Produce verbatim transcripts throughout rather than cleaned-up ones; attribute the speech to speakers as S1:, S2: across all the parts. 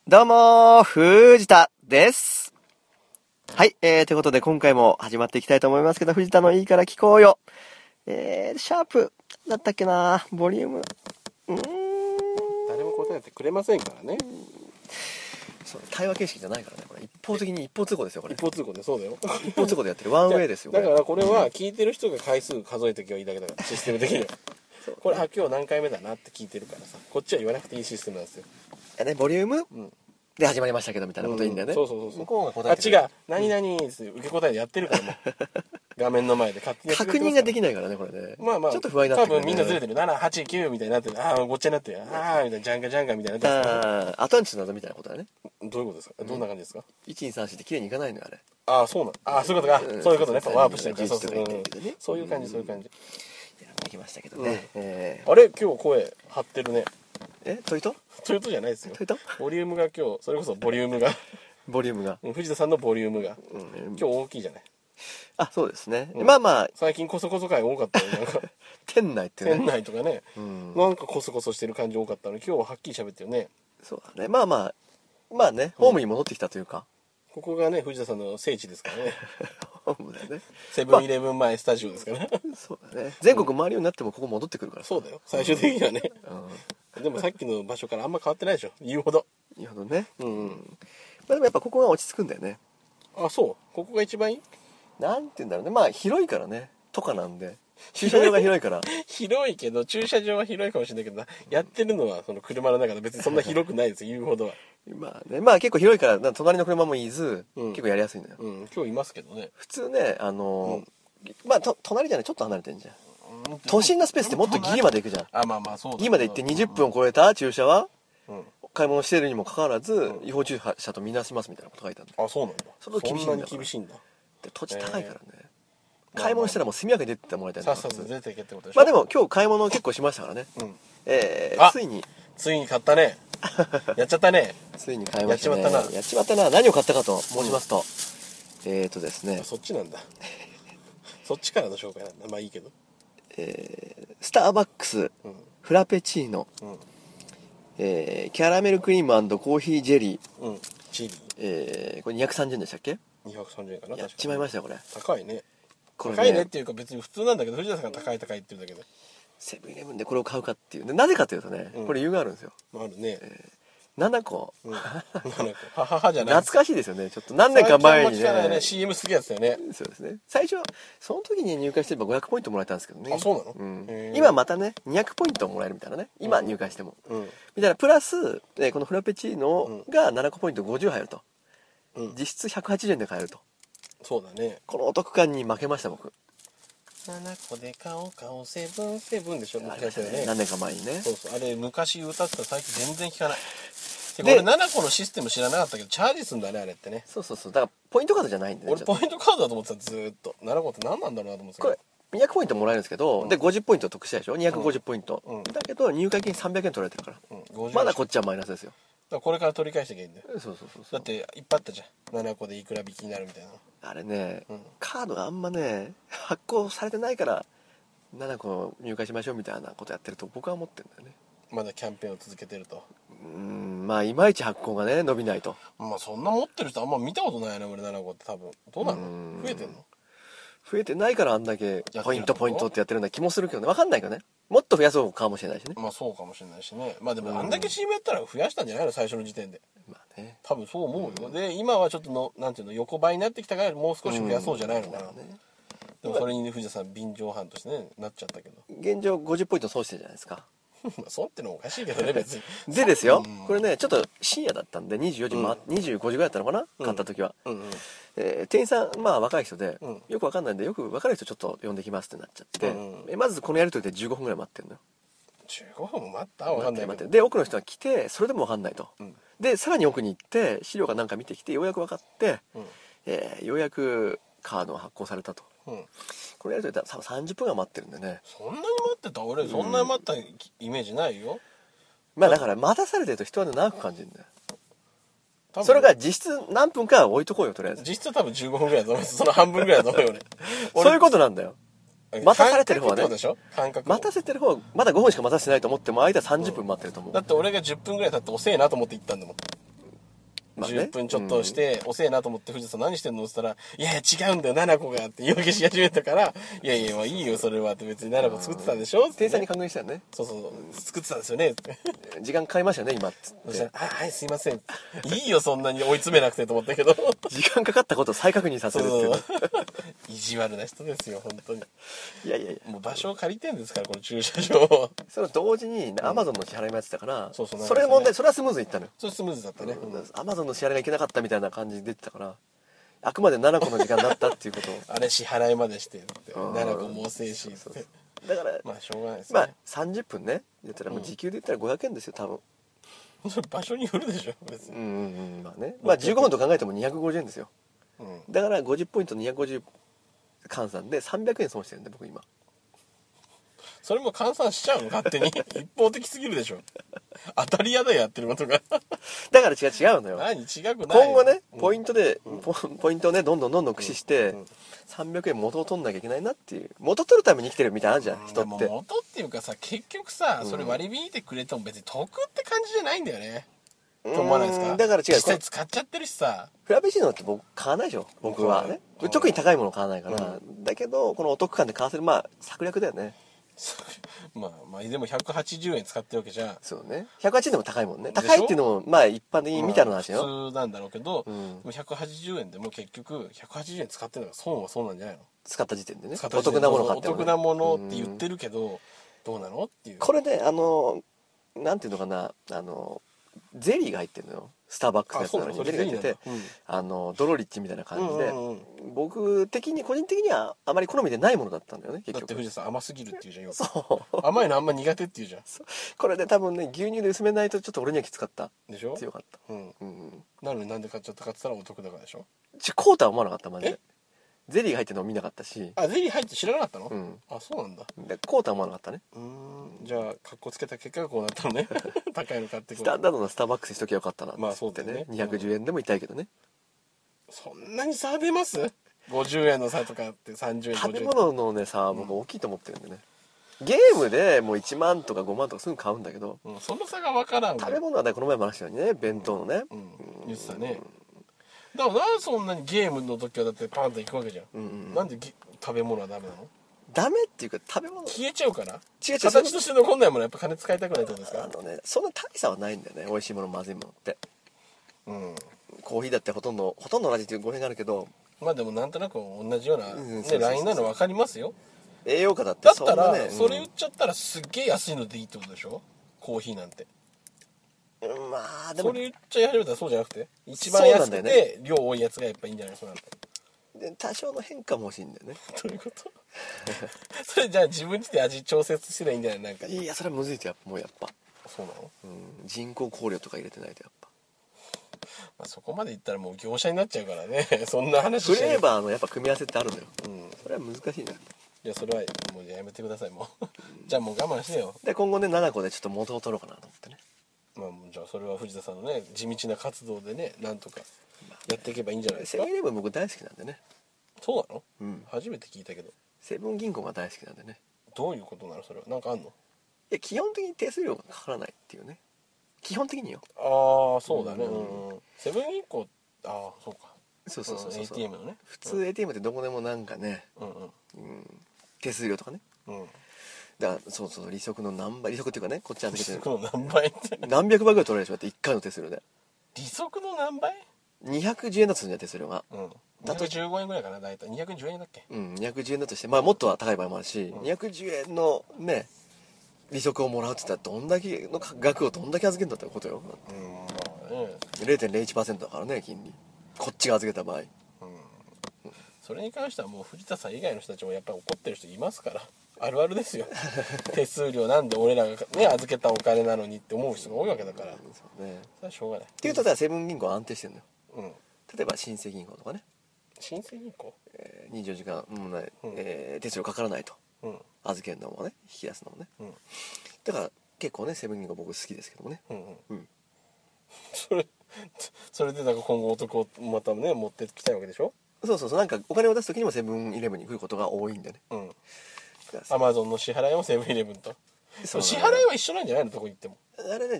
S1: どうもー、藤田です。はい、えー、ということで今回も始まっていきたいと思いますけど、藤田のいいから聞こうよ。えー、シャープ、だったっけなボリューム。うーん。
S2: 誰も答えてくれませんからね。
S1: そう、対話形式じゃないからね、これ。一方的に一方通行ですよ、これ。
S2: 一方通行で、そうだよ。
S1: 一方通行でやってる。ワンウェイですよ、
S2: だからこれは聞いてる人が回数数えておけばいいだけだから、システム的には。これ、あ、今日何回目だなって聞いてるからさ、こっちは言わなくていいシステムなんですよ。
S1: え、ね、ボリューム、
S2: うん、
S1: で始まりましたけど、みたいなこといいんだよね。
S2: うん、そうそうそうそう。
S1: 向こうが答えてくれる。
S2: あっちが、何々です受け答えでやってるからもう。画面の前で勝手にやってくれてますから。
S1: 確認ができないからね、これね。
S2: まあまあ、
S1: ちょっと不安になってくる、ね。
S2: 多分みんなずれてる。なな、はち、きゅうみたいになってる。ああ、ごっちゃになってる。ああ、みたいな、ジャンガジャンガみたいになってる。
S1: ああ、アトンチの謎みたいなことだね。
S2: どういうことですか、どんな感じですか？
S1: いち、に、さん、よんって綺麗にいかないのよ、あれ。
S2: ああ、そうなの。ああ、そういうことか。
S1: うん、
S2: そういうことね。
S1: そうそう
S2: ワープしてるから。
S1: そ
S2: そううそう、うん、そういう感じ、そういう感じ。
S1: やってきましたけどね。うん、え
S2: ー、あれ今日声張ってるね。
S1: え、トイト
S2: トイトじゃないですよ。
S1: トイト
S2: ボリュームが今日、それこそボリュームが。
S1: ボリュームが。
S2: 藤田さんのボリュームが。
S1: うん、
S2: 今日大きいじゃない。
S1: あ、そうですね。
S2: うん、
S1: まあまあ。
S2: 最近コソコソ回多かったよ。なんか
S1: 店内ってね。
S2: 店内とかね、
S1: うん。
S2: なんかコソコソしてる感じ多かったのに、今日ははっきり喋ってるね。
S1: そうだね。まあまあ、まあね、ホームに戻ってきたというか。
S2: ここがね、藤田さんの聖地ですからね。
S1: ホームだよね。
S2: セブンイレブン前スタジオですからね。
S1: そうだね。全国回るようになってもここ戻ってくるから。
S2: そうだよ。最終的にはね。うん。でもさっきの場所からあんま変わってないでしょ。言うほど。
S1: 言うほどね。
S2: うん、うん。
S1: まあでもやっぱここが落ち着くんだよね。
S2: あ、そう。ここが一番いい？
S1: なんて言うんだろうね。まあ広いからね。とかなんで。駐車場が広いから。
S2: 広いけど、駐車場は広いかもしれないけどな、やってるのはその車の中で別にそんな広くないですよ、言うほどは。
S1: まあね、まあ結構広いから、隣の車もいず、うん、結構やりやすいのよ。
S2: うん、今日いますけどね。
S1: 普通ね、あのー、うん、まあと隣じゃない、ちょっと離れてんじゃん。うん、都心のスペースってもっとギリまで行くじゃん。
S2: あ、まあまあそうだ。
S1: ギリまで行ってにじゅっぷんを超えた駐車は、
S2: うん、
S1: 買い物してるにもかかわらず、うん、違法駐車とみなしますみたいなこと書いてあるんだ。
S2: あ、そうなんだ。
S1: それ厳しいんだ。そんな
S2: に厳しいんだ。
S1: で土地高いからね。買い物したらもう速やかに出てってもらいたいんだ。
S2: さっさと出ていけってことでしょ。
S1: まあでも今日買い物結構しましたからね。うん。えー、ついに。
S2: ついに買ったね。やっちゃったね。
S1: ついに買いましたね。
S2: やっちまったな。
S1: やっちまったな。何を買ったかと申しますと。うん、えーとですね。
S2: そっちなんだ。そっちからの紹介なんだ。まあいいけど。
S1: えー、スターバックス、うん、フラペチーノ、うん、えー、キャラメルクリーム&コーヒージェリー。
S2: うん。チリー。
S1: えー、これにひゃくさんじゅうえんでしたっけ？
S2: にひゃくさんじゅうえんかな。
S1: やっちまいましたよ、これ。
S2: 高いね。これね、高いねっていうか別に普通なんだけど、藤田さんが高い高いって言うんだけど、
S1: セブンイレブンでこれを買うかっていうで、なぜかというとね、うん、これ理由があるんですよ。
S2: あるね、
S1: えー、ななこ、
S2: うん、ななこはははじゃない、
S1: 懐かしいですよね。ちょっと何年か前にね、
S2: ね シーエム 好きやつだよね。
S1: そうですね。最初その時に入会してればごひゃくポイントもらえたんですけどね。
S2: あ、そうなの、
S1: うん、今またねにひゃくポイントもらえるみたいなね、今入会しても、うん、みたいな。プラス、えー、このフラペチーノがななこポイントごじゅう入ると、うん、実質ひゃくはちじゅうえんで買えると。
S2: そうだね。
S1: このお得感に負けました僕。
S2: ななこで買おう買おうセブンセブンでしょ。昔はね、
S1: 何年か前にね。
S2: そうそう、あれ昔歌ってた。最近全然聞かない。で俺ななこのシステム知らなかったけどチャージすんだね、あれってね。
S1: そうそうそう、だからポイントカードじゃないんでね。
S2: 俺ポイントカードだと思ってた、ずーっと。ななこって何なんだろうなと思ってた。
S1: これにひゃくポイントもらえるんですけど、うん、でごじゅうポイント得したでしょ。にひゃくごじゅうポイント、うん、だけど入会金さんびゃくえん取られてるから、うん、まだこっちはマイナスですよ。
S2: だからこれから取り返していけばいいんだよ。
S1: そうそうそうそう。
S2: だっていっぱいあったじゃん、ななこでいくら引きになるみたいな。
S1: あれね、うん、カードがあんまね発行されてないからななこ入会しましょうみたいなことやってると僕は思ってるんだよね。
S2: まだキャンペーンを続けてると。
S1: うーん、まあいまいち発行がね伸びないと。
S2: まあそんな持ってる人あんま見たことないな、俺ななこって。多分どうなの、増えてんの？
S1: 増えてないからあんだけポイントポイントってやってるような気もするけどね。分かんないけどね、もっと増やそうかもしれないしね。
S2: まあそうかもしれないしね。まあでもあんだけ シーエム やったら増やしたんじゃないの、最初の時点で。
S1: まあね、
S2: 多分そう思うよ、うん、で今はちょっとのなんていうの、横ばいになってきたからもう少し増やそうじゃないのかな、うんね、でもそれに、ね、藤田さん便乗犯としてねなっちゃったけど、
S1: 現状ごじゅうポイント損してるじゃないですか。
S2: 損ってのもおかしいけどね別に。
S1: でですよ、うん、これねちょっと深夜だったんでにじゅうよじ、まうん、にじゅうごじぐらいだったのかな、うん、買った時は、うんうん、えー、店員さんまあ若い人で、うん、よくわかんないんでよく分かる人ちょっと呼んできますってなっちゃって、うんうん、えまずこのやり取りでじゅうごふんぐらい待ってるのよ。
S2: じゅうごふんも待った？分かんないけど。
S1: で奥の人が来てそれでも分かんないと、うん、でさらに奥に行って資料かなんか見てきてようやく分かって、うん、えー、ようやくカードが発行されたと、うん、これやると多分さんじゅっぷんが待ってるんでね。
S2: そんなに待ってた？俺そんなに待ったイメージないよ、
S1: うん、まあだから待たされてると人は長く感じるんだよ。それが実質何分か置いとこうよ、とりあえず。
S2: 実質多分じゅうごふんぐらいだと思う。その半分ぐらいだと思うよね。
S1: そういうことなんだよ。待たされてる方はね、
S2: 感覚
S1: 待たせてる方はまだごふんしか待たせてないと思っても相手はさんじゅっぷん待ってると思う、
S2: うん、だって俺がじゅっぷんぐらい経って遅えなと思って行ったんだもん。
S1: まあね
S2: じゅっぷんちょっとして、遅えなと思って藤田さん何してんのって言ったら、いやいや違うんだよ、ななこがって言い訳し始めたから、いやいや、まあいいよ、それはって別にななこ作ってたんでしょって、ね、
S1: 店員さんに確認したよね。
S2: そうそう、作ってたんですよねって。
S1: 時間かかりましたよね、今って。
S2: そしたら、はい、はい、すいません。いいよ、そんなに追い詰めなくてと思ったけど。
S1: 時間かかったことを再確認させるっていう、ね。
S2: 意地悪な人ですよ、本当に。
S1: いやいやいや。
S2: もう場所を借りてんですから、この駐車場。
S1: それを同時に、アマゾンの支払いもやってたから、うん、そうそう、
S2: そ
S1: れ問題、それはスムーズにいったのよ。
S2: それスムーズだったね。
S1: アマゾンの支払いがいけなかったみたいな感じで出てたから、あくまでななこの時間だったっていうことを。
S2: あれ支払いまでしてって、ななこもうせえしって。
S1: だから、
S2: まあしょうがないですね。
S1: まあさんじゅっぷんね、やったらもう時給で言ったらごひゃくえんですよ、多分。
S2: それ場所によるでしょ、別に。
S1: うんうんうん、まあね。まあじゅうごふんと考えてもにひゃくごじゅうえんですよ。うん、だからごじゅっポイントにひゃくごじゅう換算でさんびゃくえん損してるんで、僕今。
S2: それも換算しちゃうの勝手に。一方的すぎるでしょ。当たり屋だよ、やってることが。
S1: だから違う違うのよ。
S2: 何違くない。
S1: 今後ね、ポイントで、うん、ポ, ポイントをねどんどんどんどん駆使して、うんうん、さんびゃくえん元を取んなきゃいけないなっていう、元取るために生きてるみたいなのあるじゃん、人って。
S2: 元っていうかさ、結局さ、それ割り引いてくれても別に得って感じじゃないんだよね。と思わないですか。
S1: だから違う、
S2: 実際使っちゃってるしさ。
S1: フラペチーノって僕買わないでしょ、僕はね。特に高いもの買わないから、うん、だけどこのお得感で買わせる、まあ策略だよね。
S2: まあまあでもひゃくはちじゅうえん使ってるわけじゃん。
S1: そうね。ひゃくはちじゅうえんでも高いもんね。高いっていうのもまあ一般的に見たの話よ。
S2: まあ、普通なんだろうけど、うん、でもひゃくはちじゅうえんでも結局ひゃくはちじゅうえん使ってるのが損は損なんじゃないの。
S1: 使った時点でね。
S2: お得なもの買っても、ね、お得なものって言ってるけど、うん、どうなのっていう。
S1: これね、あのなんていうのかな、あのゼリーが入ってるのよ。スターバックスのやつなのにゼリーが入ってて、うん、あのドロリッチみたいな感じで、うんうんうん、僕的に個人的にはあまり好みでないものだったんだよね、結局。
S2: だって藤田さん甘すぎるって言うじゃんよ。
S1: そう
S2: 甘いのあんま苦手って言うじゃん。
S1: これで多分ね、牛乳で薄めないとちょっと俺にはきつかった。
S2: でしょ。
S1: 強かった。うん、
S2: うん、なのになんで買っちゃったかって言ったらお得だからでしょ。
S1: ちょコータは思わなかった、マジで。ゼリーが入ってるのを見なかったし。
S2: あ、ゼリー入って知らなかったの？
S1: うん。
S2: あ、そうなんだ。
S1: でコータは思わなかったね。
S2: うん。じゃあカッコつけた結果がこうなったのね。高いの買ってこ
S1: い。スタンダードなスターバックスにしときゃよかったなって。
S2: まあそうだね。
S1: にひゃくじゅうえんでも痛いけどね。
S2: そんなに差出ます？ごじゅうえんの差とかってさんじゅうえん。
S1: 食べ物のね差は僕大きいと思ってるんでね。うん、ゲームでもういちまんとかごまんとかすぐ買うんだけど、
S2: うん、その差が分からん。
S1: 食べ物はね、この前も話したようにね、弁当のね、
S2: うんうん、言ってたね。だからなんでそんなにゲームの時はだってパンと行くわけじゃん、うんうん、なんで食べ物はダメなの？ダ
S1: メっていうか食べ物
S2: 消えちゃうから。
S1: 違う違う、
S2: 形として残んないものやっぱ金使いたくないってことですか？
S1: あのね、そんな大差はないんだよね、美味しいものまずいものって。うん、コーヒーだってほとんどほとんど同じっていう語弊があるけど、
S2: まあでもなんとなく同じような、ね、ラインなの分かりますよ。
S1: 栄養価だって
S2: だったらそ,、ね、うん、それ言っちゃったらすっげえ安いのでいいってことでしょ、コーヒーなんて。
S1: まあでも
S2: それ言っちゃい始めたらそうじゃなくて、一番安くて量多いやつがやっぱいいんじゃないですか。
S1: で多少の変化も欲しいんだよね。
S2: どういうこと？それじゃあ自分ちで味調節すればいいんじゃない？なんか
S1: いや、それはむずいと、やっぱもうやっぱ
S2: そうなの、
S1: うん、人工香料とか入れてないとやっぱ、
S2: まあ、そこまでいったらもう業者になっちゃうからね。そんな話
S1: フレーバーのやっぱ組み合わせってあるのよ、うん、それは難しいな。
S2: いや、それはもうやめてください、もう。じゃあもう我慢してよ。
S1: で今後ね、ななこでちょっと元を取ろうかなと思ってね。
S2: まあじゃあそれは藤田さんのね、地道な活動でね、なんとかやっていけばいいんじゃないですか。
S1: セブンイレブン僕大好きなんでね。
S2: そうなの？うん、初めて聞いたけど。
S1: セブン銀行が大好きなんでね。
S2: どういうことなのそれは？なんかあんの？い
S1: や、基本的に手数料がかからないっていうね。基本的によ。
S2: ああ、そうだね。うん、セブン銀行、ああ、そうか。
S1: そうそうそうそう、うん、
S2: エーティーエム のね。
S1: 普通 エーティーエム ってどこでもなんかね、うんうんうん、手数料とかね、うん、だからそうそう、利息の何倍、利息っていうかね、こっち預けて
S2: 利息の何倍って
S1: 何百倍ぐらい取られるでしょ、だっていっかいの手数料で。
S2: 利息の何倍？
S1: にひゃくじゅうえんだとするんだよ、手数料が。うん、
S2: にひゃくじゅうごえんぐらいかな、大体にひゃくじゅうえんだっけ。
S1: うん、にひゃくじゅうえんだとして、まあもっとは高い場合もあるし、うん、にひゃくじゅうえんのね利息をもらうって言ったらどんだけの額をどんだけ預けるんだってことよ。うん、まあね、れいてんれいいちパーセント だからね、金利。こっちが預けた場合、うん、
S2: それに関してはもう藤田さん以外の人たちもやっぱり怒ってる人いますから、あるあるですよ。手数料なんで俺らがね預けたお金なのにって思う人が多いわけだから、うん、そうね、それはしょうがない。
S1: っていうとセブン銀行は安定してるのよ、うん、例えば新生銀行とかね、
S2: 新生銀行、
S1: えー、にじゅうよじかん、うんね、うん、えー、手数料かからないと、うん、預けるのもね、引き出すのもね、うん、だから結構ねセブン銀行僕好きですけどもね、うんうんうん、
S2: それそれでなんか今後男をまたね持ってきたいわけでしょ。
S1: そうそうそう、なんかお金を出す時にもセブンイレブンに来ることが多いんでね、うん、
S2: アマゾンの支払いもセブンイレブンと支払いは一緒なんじゃないの、どこ行っても。
S1: あれね、若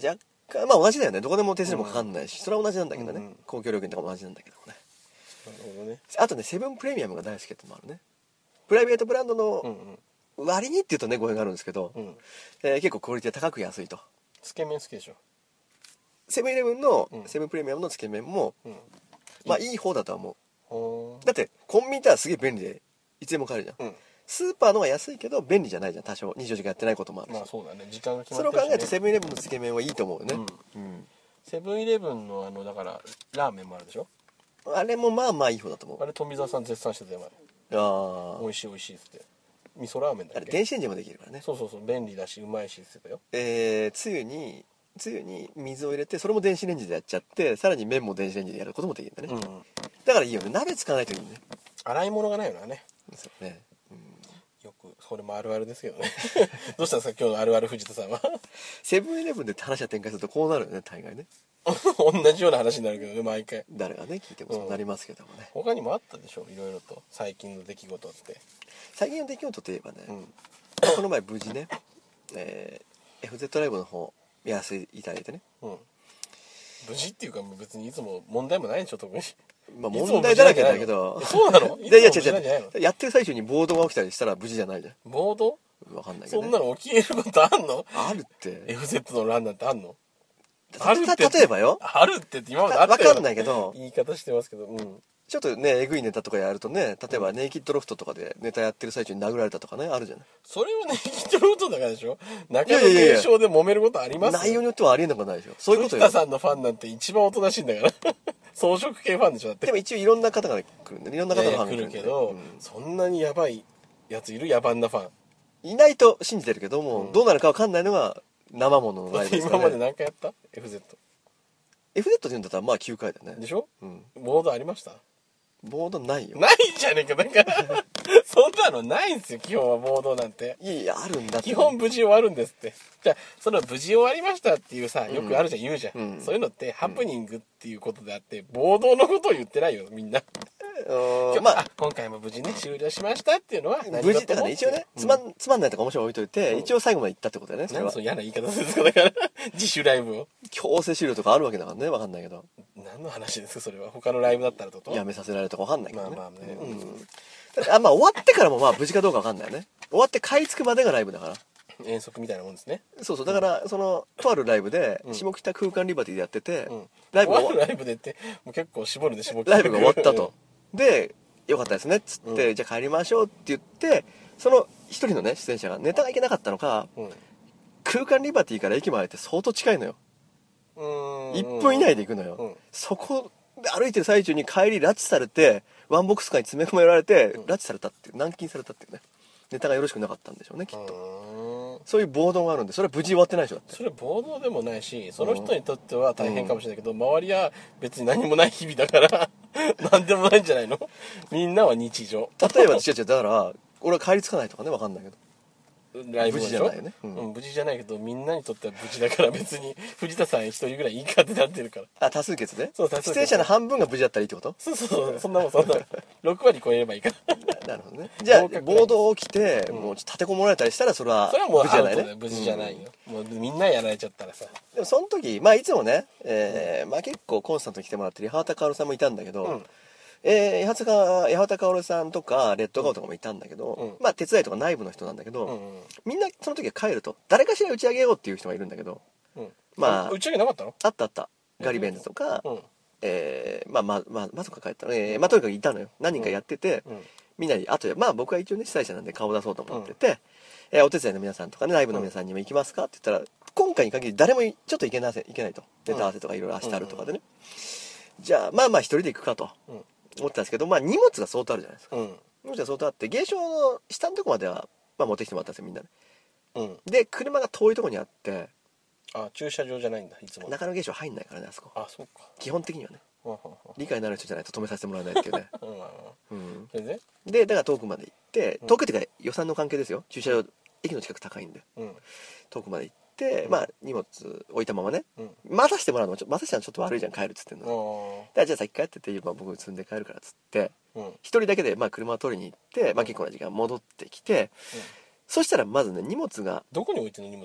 S1: まあ同じだよね、どこでも手数料もかかんないし、それは同じなんだけどね、うんうん、公共料金とかも同じなんだけどもね。
S2: なるほどね。
S1: あとね、セブンプレミアムが大好きってのもあるね。プライベートブランドの割にっていうとね語弊があるんですけど、うん、えー、結構クオリティ高く安いと。
S2: つけ麺好きでしょ。
S1: セブンイレブンの、うん、セブンプレミアムのつけ麺も、うん、まあいい方だとは思う。だってコンビニってすげえ便利でいつでも買えるじゃん、うん、スーパーの方が安いけど便利じゃないじゃん、多少にじゅうよじかんやってないこともあるし。
S2: まあそうだね、時間が決
S1: まってるし、ね、それを考えるとセブンイレブンのつけ麺はいいと思うよね。
S2: うん、うん、セブンイレブンのあのだからラーメンもあるでしょ。
S1: あれもまあまあいい方だと思う。
S2: あれ富澤さん絶賛してたよ前。ああ美味しい美味しいっつって。味噌ラーメンだっけ。
S1: あれ電子レンジもできるからね。
S2: そうそうそう、便利だしうまいしっつってたよ。
S1: えー、つゆにつゆに水を入れて、それも電子レンジでやっちゃって、さらに麺も電子レンジでやることもできるんだね、うん、だからいいよね、鍋使わないといいね。
S2: 洗い物がないのはね。
S1: そうね、うん、
S2: よくそれもあるあるですけどねどうしたんですか今日のあるある藤田さんは。
S1: セブンイレブンで話が展開するとこうなるよね、大概ね
S2: 同じような話になるけどね、毎回
S1: 誰がね聞いてもそうなりますけどもね、
S2: うん、他にもあったでしょ、いろいろと最近の出来事って。
S1: 最近の出来事といえばね、うん、この前無事ね、えー、エフゼット ライブの方やらせていただいてね、うん、
S2: 無事っていうかもう別にいつも問題もないでしょ特に。
S1: まあ問題だらけだけど。
S2: そうなの？
S1: いやいや違う違う、やってる最中に暴動が起きたりしたら無事じゃないじゃん。
S2: 暴動？
S1: わかんないけど、
S2: ね、そんなの起きることあんの？
S1: あるって。
S2: エフゼット の欄なんてあんの？
S1: あるって。例えばよ。
S2: あるってって今まであったよ。
S1: わかんないけど。
S2: 言い方してますけど、うん。
S1: ちょっとねえぐいネタとかやるとね、例えばネイキッドロフトとかでネタやってる最中に殴られたとかね、あるじゃない。
S2: それはネイキッドロフトだからでしょ。中野現象で揉めることありますよ。
S1: 内容によってはありえなくないでしょ。そういうことよ。
S2: 藤田さんのファンなんて一番おとなしいんだから装飾系ファンでしょだって。
S1: でも一応いろんな方が来るんで、いろんな方のファンが
S2: 来るけど、うん、そんなにヤバいやついる？野蛮なファン
S1: いないと信じてるけども、うん、どうなるか分かんないのが生もののライブですからね。
S2: 今まで何回やった エフゼット？
S1: エフゼット って言うんだったらまあきゅうかいだね。
S2: でしょ、うん、ボードありました？
S1: ボードないよ。
S2: ないじゃねえか、だからそんなのないんですよ基本は。ボードなんて
S1: いやいやあるんだって。
S2: 基本無事終わるんですって。じゃあその無事終わりましたっていうさ、よくあるじゃん、言うじゃん、うん、そういうのってハプニングっていうことであって、ボードのことを言ってないよみんな今日、まあ、今回も無事ね終了しましたっていうのは何
S1: 無事だからね、一応ね、つまん、うん、つまんないとか面白い置いといて、うん、一応最後まで行ったってことだよね。それは
S2: 何その嫌な言い方するんですかだから自主ライブを
S1: 強制終了とかあるわけだからね、分かんないけど。
S2: 何の話ですかそれは。他のライブだったらとと
S1: やめさせられるとか分かんないけどね。
S2: まあまあね、
S1: うん、あまあ終わってからもまあ無事かどうか分かんないよね。終わって買い付くまでがライブだから
S2: 遠足みたいなもんですね。
S1: そうそう、だからそのとあるライブで下北空間リバティでやってて、うん、
S2: ライブが終わライブでってもう結構絞るで絞る
S1: ライブが終わったとでよかったですねっつって、うん、じゃあ帰りましょうって言って、その一人のね出演者がネタがいけなかったのか、うん、空間リバティから駅までって相当近いのよ。うーんいっぷん以内で行くのよ、うん、そこで歩いてる最中に帰り拉致されてワンボックスカーに詰め込められて、うん、拉致されたっていう、軟禁されたっていうね、ネタがよろしくなかったんでしょうねきっと。そういう暴動があるんで、それは無事終わってないでしょ。だって
S2: それ暴動でもないし、その人にとっては大変かもしれないけど、うん、周りは別に何もない日々だから何でもないんじゃないのみんなは日常。
S1: 例えば違う違う、だから俺は帰りつかないとかね、分かんないけど
S2: ライブ無事じゃないよね、うんうん、無事じゃないけどみんなにとっては無事だから別に藤田さん一人ぐらいいいかってなってるから。
S1: あ、多数決で、そう、多数決出演者の半分が無事だったらいいってこと。
S2: そうそうそう、そんなもんそんなもんろく割超えればいいから
S1: なるほどね。じゃあ暴動起きて、うん、もう立てこもられたりしたらそれは
S2: それはもう無事じゃないね。無事じゃないよ、うん、もうみんなやられちゃったらさ。
S1: でもその時まあいつもね、えーうん、まあ結構コンスタントに来てもらってる八幡薫さんもいたんだけど、うん、えー、八幡八幡薫さんとかレッドガオとかもいたんだけど、うん、まあ手伝いとか内部の人なんだけど、うんうん、みんなその時は帰ると誰かしら打ち上げようっていう人がいるんだけど、うん、まあ
S2: 打ち上げなかったの？
S1: あったあった、ガリベンズとか、うん、えー、まあまあまあまさか帰ったの、えー、まあとにかくいたのよ、何人かやってて、うんうん、みんなにあとでまあ僕は一応ね主催者なんで顔出そうと思ってて、うん、えー、お手伝いの皆さんとかねライブの皆さんにも行きますかって言ったら、今回に限り誰もちょっと行けなせいけないと、ネタ合わせとかいろいろ明日あるとかでね、うん、じゃあまあまあ一人で行くかと、うん思ってたんですけど、まあ荷物が相当あるじゃないですか、うん、荷物が相当あって芸商の下のとこまでは、まあ、持ってきてもらったんですよみんなで、うん、で車が遠いとこにあって、
S2: あ、駐車場じゃないんだ、いつも
S1: 中野芸商入んないからねあそこ。
S2: あ、そうか、
S1: 基本的にはね、うん、理解のある人じゃないと止めさせてもらえないっていうねうん、それででだから遠くまで行って、遠くっていうか予算の関係ですよ、駐車場駅の近く高いんで、うん、遠くまで行ってで、まあ荷物置いたままね、うん、待たせてもらうのも待たせたのちょっと悪いじゃん、帰るっつってんの。でじゃあ先帰ってって言えば僕積んで帰るからっつって一、うん、人だけでまあ車を取りに行って、まあ、結構な時間戻ってきて、うん、そしたらまずね荷物が
S2: どこに置いてんの荷物？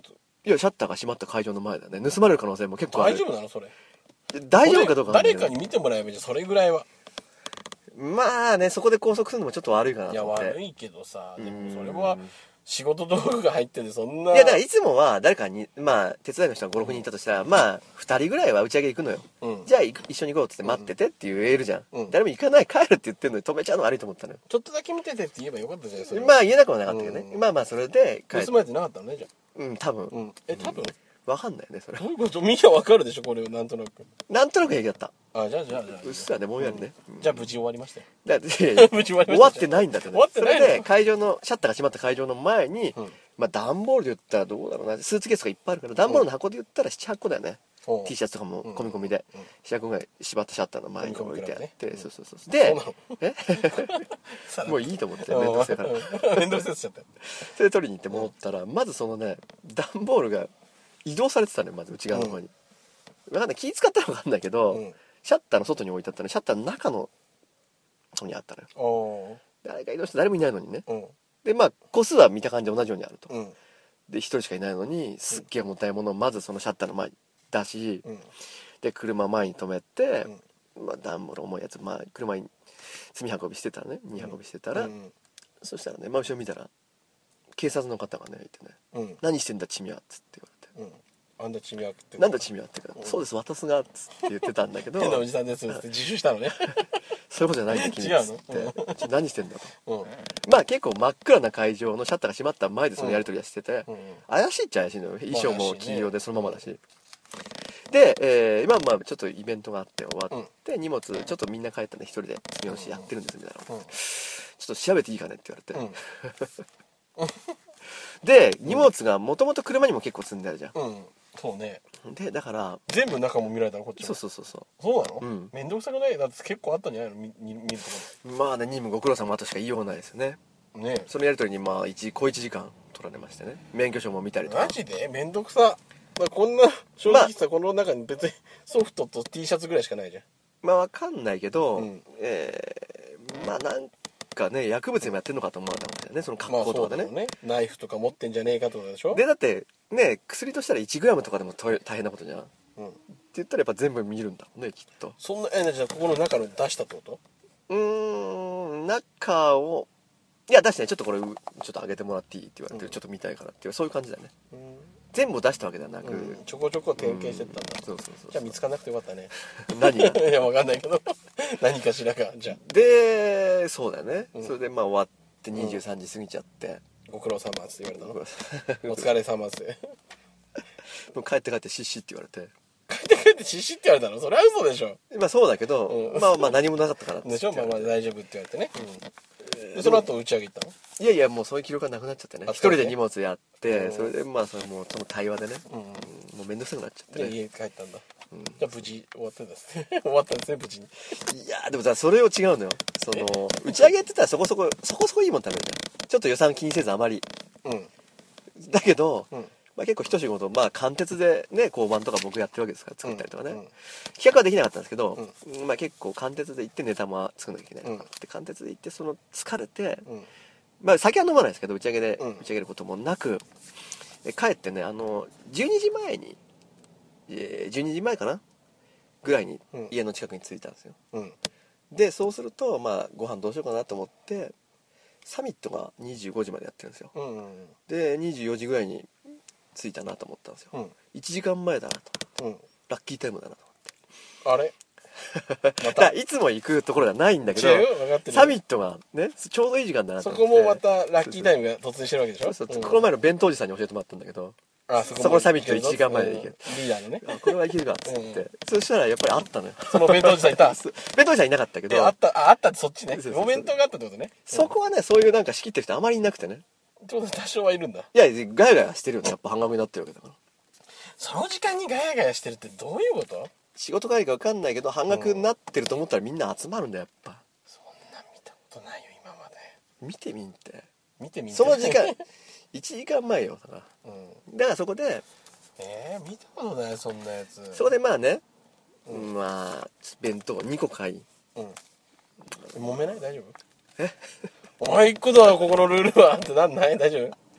S1: いやシャッターが閉まった会場の前だね。盗まれる可能性も結構ある。
S2: 大丈夫なのそれ。
S1: 大丈夫かどうかわかんないけど
S2: 誰かに見てもらえばいいじゃん、それぐらいは。
S1: まあね、そこで拘束するのもちょっと悪いかなと
S2: いや
S1: 思って。
S2: 悪いけどさ、でもそれは仕事道具が入っててそんな。
S1: いやだからいつもは誰かに、まあ手伝いの人がご、ろくにんいたとしたら、まあふたりぐらいは打ち上げ行くのよ、うん、じゃあ一緒に行こうっつって待っててって言えるじゃん、うん、誰も行かない帰るって言ってるのに止めちゃうの悪いと思ったのよ。
S2: ちょっとだけ見ててって言えばよかったじゃないですか。
S1: まあ言えなくはなかったけどね、うん、まあまあそれで
S2: 帰って盗まれてなかったのねじゃあ。
S1: うん多分、うん、
S2: え多分、うん
S1: 分かんないよねそれ。
S2: どういうこと？見りゃ分かるでしょこれを。なんとなく
S1: なんとなく平気だった。
S2: あじゃあじゃあじゃあ
S1: うっすらねもんやりね、
S2: うん、じゃあ無事終わりましたよ。
S1: だって
S2: 無事終わりました。
S1: 終わってないんだってね。
S2: 終わってないの。
S1: それで会場のシャッターが閉まった会場の前に、うん、まあ段ボールで言ったらどうだろうな、スーツケースがいっぱいあるから段ボールの箱で言ったらななはこだよね、うん、T シャツとかも込み込みで、うん、ななはこぐらい縛ったシャッターの前に置いてあって、ね、そうそうそうでえもういいと思って面倒くせえから
S2: 面倒くせえしちゃった
S1: それで取りに行って戻ったら、まずそのね段ボールが移動されてたね、まず内側の方に、うん、分かんない、気使ったら分かんないけど、うん、シャッターの外に置いてあったの、シャッターの中の方にあったのよ。誰か移動して誰もいないのにね、うん、でまあ個数は見た感じ同じようにあると、うん、でひとりしかいないのにすっげえ重たいものをまずそのシャッターの前に出し、うん、で車前に止めて、うんまあ、段ボール重いやつ、まあ、車に積み運びしてたらね荷運びしてたら、うん、そしたらね真後ろ見たら警察の方がねいてね、うん、何してんだチミはっつって言われて、
S2: うん、あんだチミはって
S1: なんだチミはってから、うん、そうです私がっつって言ってたんだけど
S2: 変なおじさんですって自首したのね
S1: そういうことじゃないんだ君っつって、うん、何してんだと、うん、まあ結構真っ暗な会場のシャッターが閉まった前でそのやり取りはしてて、うん、怪しいっちゃ怪しいのよ。衣装も黄色でそのままだし、ね、で、えー、今まあちょっとイベントがあって終わって、うん、荷物ちょっとみんな帰ったんで一人で積み下ろしやってるんですみたいな、うん、ちょっと調べていいかねって言われて、うんで荷物がもともと車にも結構積んであるじゃん、うん、
S2: そうね。
S1: でだから
S2: 全部中も見られたのこっちも。
S1: そうそうそうそう
S2: そうなの、うん、面倒くさくない？だって結構あったんじゃないの 見, 見るとこ
S1: ろ。まあね任務ご苦労様としか言いようがないですよね。ねそのやり取りにまあ一小いちじかん取られましてね、免許証も見たりとか。
S2: マジで面倒くさ、まあ、こんな正直さ、まあ、この中に別にソフトと T シャツぐらいしかないじゃん。
S1: まあわかんないけど、うん、えー、まあなんかね薬物でもやってんのかと思われたかもしれないね、その格好とかで ね,、まあ、ね
S2: ナイフとか持ってんじゃねえかとかでしょ。
S1: でだってね薬としたらいちグラムとかでも大変なことじゃん、うん、って言ったらやっぱ全部見るんだもんねきっと。
S2: そんなえじゃあここの中の出したってこと？
S1: うーん中をいや出してない、ちょっとこれちょっと上げてもらっていいって言われて、うん、ちょっと見たいからっていうそういう感じだね、うん、全部出したわけではなく、うん、
S2: ちょこちょこ点検してったんだ、うん、そうそうそう。じゃあ見つかんなくてよかったね
S1: 何が
S2: いやわかんないけど何かしらかじゃあ
S1: でそうだよね、うん、それでまあ終わってにじゅうさんじ過ぎちゃって、
S2: うん、ご苦労様って言われたのお疲れ様って
S1: もう帰って帰ってシッシって言われて
S2: 帰って帰ってシッシって言われたの？それは嘘でしょ。
S1: まあそうだけど、うん、まあまあ何もなかったから
S2: でしょ。まあまあ大丈夫って言われてね、うん、でその後打ち上げ行ったの？
S1: いやいやもうそういう記録がなくなっちゃってね、一人で荷物やって、うん、それでまあそれもうその対話でね、うん、もう面倒くさくなっちゃってね。
S2: で家帰ったんだ、うん、じゃあ無事終わったんですね終わったんですね無事に。
S1: いやでもさそれを違うのよ、その打ち上げって言ったらそこそこそこそこいいもん食べるじゃん、ちょっと予算気にせずあまり、うん、だけど、うんまあ、結構一仕事、まあ貫徹でね交番とか僕やってるわけですから作ったりとかね、うんうん、企画はできなかったんですけど、うんまあ、結構貫徹で行ってネタも作んなきゃいけないとか、うん、で貫徹で行ってその疲れて、うんまあ、酒は飲まないですけど打ち上げで、うん、打ち上げることもなく帰ってねあのじゅうにじまえに、えー、じゅうにじまえかなぐらいに家の近くに着いたんですよ、うん、でそうするとまあご飯どうしようかなと思ってサミットがにじゅうごじまでやってるんですよ、うんうんうん、でにじゅうよじぐらいに着いたなと思ったんですよ、うん、いちじかんまえだなと、うん、ラッキータイムだなと思って
S2: あれ
S1: またいつも行くところがないんだけどサミットがねちょうどいい時間だなと思って、
S2: そこもまたラッキータイムが突入してるわけでしょ。
S1: そうそう、うん、この前の弁当おじさんに教えてもらったんだけどあそこそこサミットいちじかんまえで行ける、
S2: うん、リーダーのね
S1: あこれはいけるかっつって、うん、そしたらやっぱりあったのよ
S2: その弁当おじさんいた
S1: 弁当おじさんいなかったけど
S2: あったああったってそっちねお弁当があったってことね、
S1: そこはねそういうなんか仕切ってる人あまりいなくてね、
S2: ちょっと多少はいるんだ。
S1: いやガヤガヤしてるよねやっぱ半額になってるわけだから。
S2: その時間にガヤガヤしてるってどういうこと？
S1: 仕事帰りか分かんないけど半額になってると思ったらみんな集まるんだよやっぱ。
S2: そんな見たことないよ今まで。
S1: 見てみんって
S2: 見てみん
S1: その時間いちじかんまえよだから、うん、だからそこで
S2: えー、見たことないそんなやつ。
S1: そこでまあね、うん、まあ弁当にこ買い、うん、
S2: 揉めない大丈夫？
S1: え
S2: お前いっこだわここのルールはってなんない大丈夫？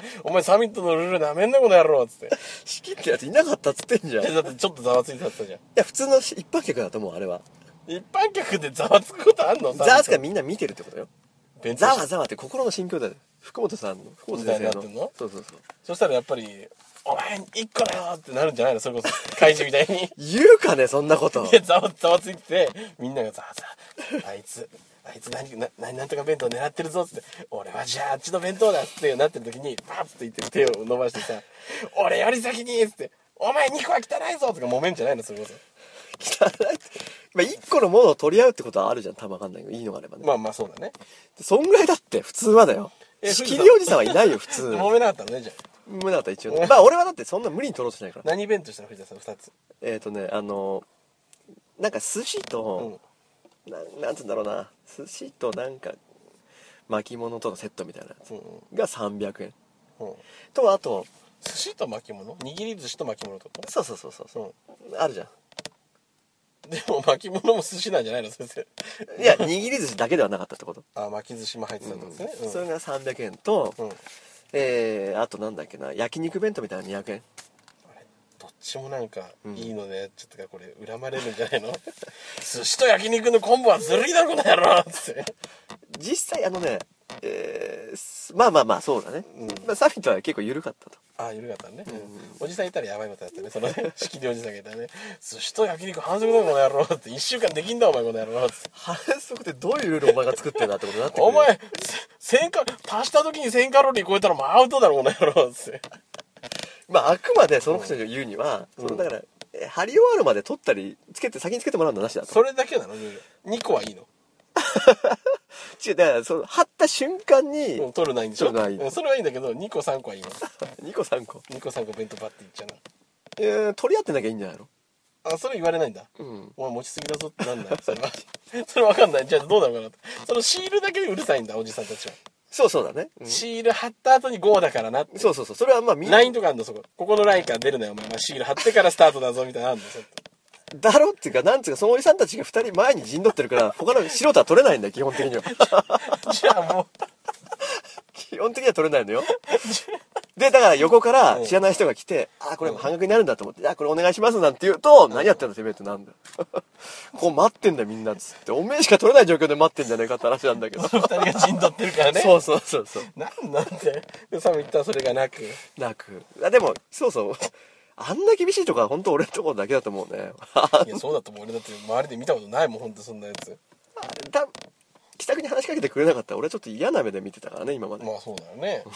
S2: お前サミットのルールなめんなこの野郎っつって。
S1: 仕切ってやついなかったっつってんじゃん。い
S2: だってちょっとざわついてたじゃん。い
S1: や、普通の一般客だと思う、あれは。
S2: 一般客でざわつくことあんの？
S1: ざわつかみんな見てるってことよ。ざわざわって心の心境だよ。福本さんの、福本先生の。そうそうそう。
S2: そしたらやっぱり、お前一個だよってなるんじゃないの？それこそ怪獣みたいに。
S1: 言うかね、そんなこと。
S2: で、ざわざわついてて、みんながざわざわ、あいつ、あいつ何、な、何なんとか弁当狙ってるぞっつって、俺はじゃああっちの弁当だっつってなってる時に、パッつって言って手を伸ばしてさ、俺より先にっつって、お前にこは汚いぞとか揉めんじゃないの？それこそ。
S1: 汚いって。まあ、一個のものを取り合うってことはあるじゃん。多分わかんないけど、いいのがあればね。
S2: まあまあそうだね。
S1: そんぐらいだって、普通はだよ。仕切りおじさんはいないよ、普通。
S2: 揉めなかったのね、じゃあ。
S1: 揉めなかった一応、ね。まあ俺はだってそんな無理に取ろうとしないから。
S2: 何弁当したの藤田さんふたつ。
S1: えっ、ー、とね、あの、なんか寿司と、うん、ななんつうんだろうな、寿司となんか、巻物とのセットみたいなやつがさんびゃくえん。うん、と、あと、
S2: 寿司と巻物？握り寿司と巻物ってこと？
S1: そうそうそうそう、うん、あるじゃん。
S2: でも巻物も寿司なんじゃないの先生？
S1: いや、握り寿司だけではなかったってこと。
S2: あ、巻き寿司も入ってたんですね、
S1: うんうん、それがさんびゃくえんと、うん、えー、あとなんだっけな、焼肉弁当みたいなにひゃくえん。
S2: あれどっちもなんかいいので、うん、ちょっとかこれ恨まれるんじゃないの？寿司と焼肉のコンボはずるいだろこの野郎っつって。
S1: 実際あのね、えー、まあまあまあそうだね、うん、まあ、サミットは結構緩かったと。
S2: ああ緩かったね、うん、おじさんいたらやばいことだったねそのね仕切りおじさんがいたらね、寿司と焼肉反則だこの野郎っていっしゅうかんできんだお前この野郎って。
S1: 反則ってどういうルールお前が作ってんだってことになってくる。
S2: お前せんカ足した時にせんカロリー超えたらもうアウトだろこの野郎って
S1: まああくまでその人が言うには、うん、そのだから貼り終わるまで取ったりつけて先につけてもらうのなしだと。
S2: それだけなのルール？にこはいいの？
S1: 違う、だからその貼った瞬間に、
S2: うん、取るないんでしょ。取るない。それはいいんだけどにこさんこはいいの。
S1: にこさんこ
S2: にこさんこ弁当バッていっちゃうな。
S1: えー、取り合ってなきゃいいんじゃないの？
S2: あ、それ言われないんだ。うん。お前持ちすぎだぞってなんだそれは。それわかんない。じゃあどうなのかなと。そのシールだけでうるさいんだおじさんたちは。
S1: そうそうだね、
S2: うん、シール貼った後にゴーだからなって。
S1: そうそうそう。それはまあ
S2: みんなラインとかあんのそこ。ここのラインから出るなよお前。まあ、シール貼ってからスタートだぞみたいなのあんのそっ
S1: だろっていうか、なんつうか、そのおじさんたちがふたり前に陣取ってるから、他の素人は取れないんだよ、基本的には。
S2: じゃあもう。
S1: 基本的には取れないのよ。で、だから横から知らない人が来て、うん、あ、これ半額になるんだと思って、あ、これお願いしますなんて言うと、うん、何やってんのてめえってなんだよ。こう待ってんだよみんなっつって。おめえしか取れない状況で待ってんじゃねえかって話なんだけど。
S2: そのふたりが陣取ってるからね。
S1: そうそうそうそう。
S2: なんなんて。で、サム言ったらそれがなく。
S1: なく。あ、でも、そうそう。あんな厳しいとこは本当俺のところだけだと思うね。
S2: いや、そうだと思う。俺だって周りで見たことないもん、本当そんなやつ。
S1: た気さくに話しかけてくれなかったら俺はちょっと嫌な目で見てたからね、今まで。
S2: まあそうだよね。